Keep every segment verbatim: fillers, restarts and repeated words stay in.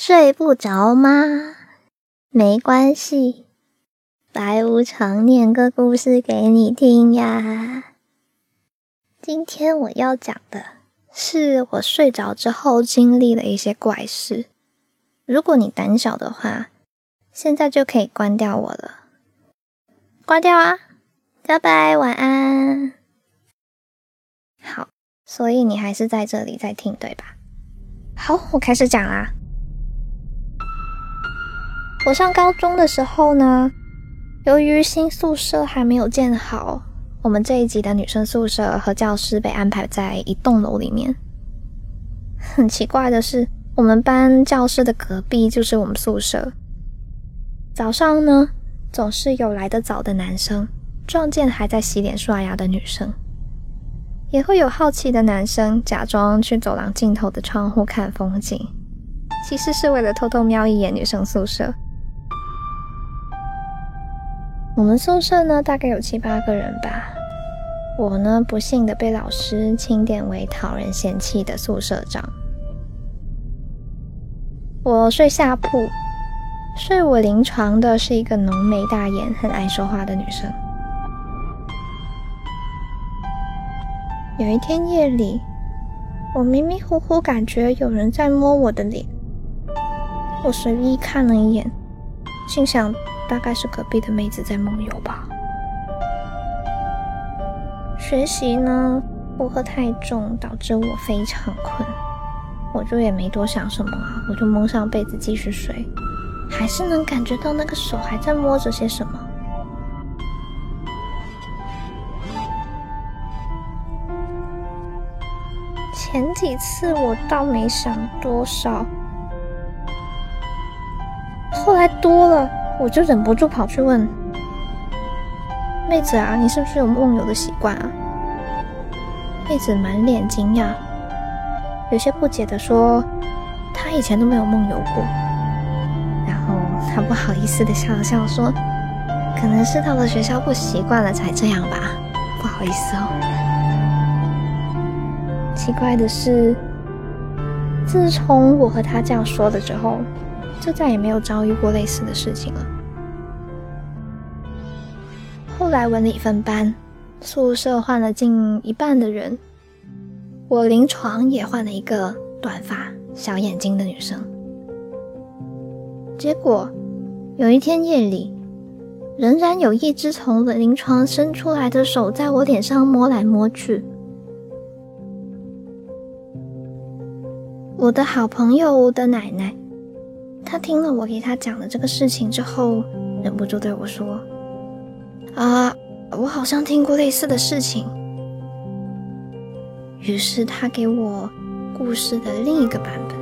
睡不着吗？没关系，白无常念个故事给你听呀。今天我要讲的是我睡着之后经历的一些怪事。如果你胆小的话，现在就可以关掉我了。关掉啊，拜拜，晚安。好，所以你还是在这里在听，对吧？好，我开始讲啦。我上高中的时候呢，由于新宿舍还没有建好，我们这一级的女生宿舍和教室被安排在一栋楼里面。很奇怪的是，我们班教室的隔壁就是我们宿舍。早上呢，总是有来得早的男生撞见还在洗脸刷牙的女生，也会有好奇的男生假装去走廊尽头的窗户看风景，其实是为了偷偷瞄一眼女生宿舍。我们宿舍呢，大概有七八个人吧。我呢，不幸的被老师钦点为讨人嫌弃的宿舍长。我睡下铺，睡我邻床的是一个浓眉大眼、很爱说话的女生。有一天夜里，我迷迷糊糊感觉有人在摸我的脸，我随意看了一眼，心想大概是隔壁的妹子在梦游吧。学习呢，负荷太重，导致我非常困，我就也没多想什么啊，我就蒙上被子继续睡，还是能感觉到那个手还在摸着些什么。前几次我倒没想多少，后来多了，我就忍不住跑去问妹子啊，你是不是有梦游的习惯啊？妹子满脸惊讶，有些不解地说她以前都没有梦游过。然后她不好意思地笑了笑说，可能是到了学校不习惯了才这样吧，不好意思哦。奇怪的是，自从我和她这样说了之后，就再也没有遭遇过类似的事情了。后来文理分班，宿舍换了近一半的人，我临床也换了一个短发小眼睛的女生。结果有一天夜里，仍然有一只从临床伸出来的手在我脸上摸来摸去。我的好朋友我的奶奶，她听了我给她讲的这个事情之后，忍不住对我说，啊，我好像听过类似的事情。于是他给我故事的另一个版本。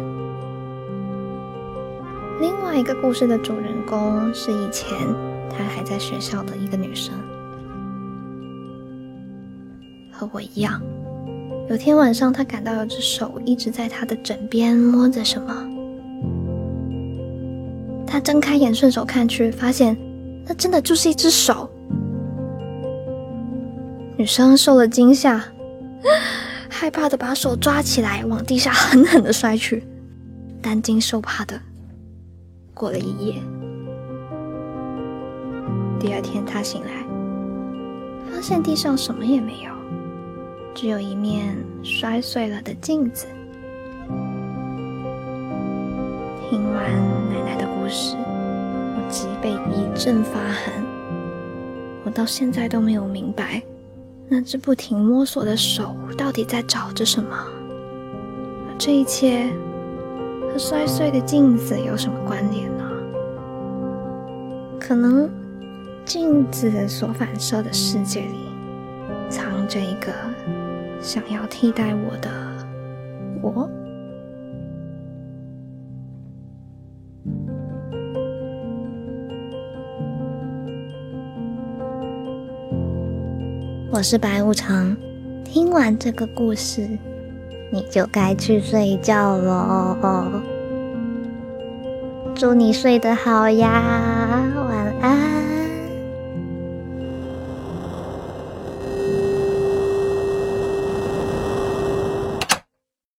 另外一个故事的主人公是以前他还在学校的一个女生，和我一样，有天晚上他感到有只手一直在他的枕边摸着什么。他睁开眼顺手看去，发现那真的就是一只手。女生受了惊吓，害怕的把手抓起来往地下狠狠的摔去，担惊受怕的过了一夜。第二天她醒来，发现地上什么也没有，只有一面摔碎了的镜子。听完奶奶的故事，我脊背一阵发寒。我到现在都没有明白，那只不停摸索的手到底在找着什么？而这一切和摔碎的镜子有什么关联呢？可能镜子所反射的世界里，藏着一个想要替代我的我。我是白无常，听完这个故事，你就该去睡觉咯。祝你睡得好呀。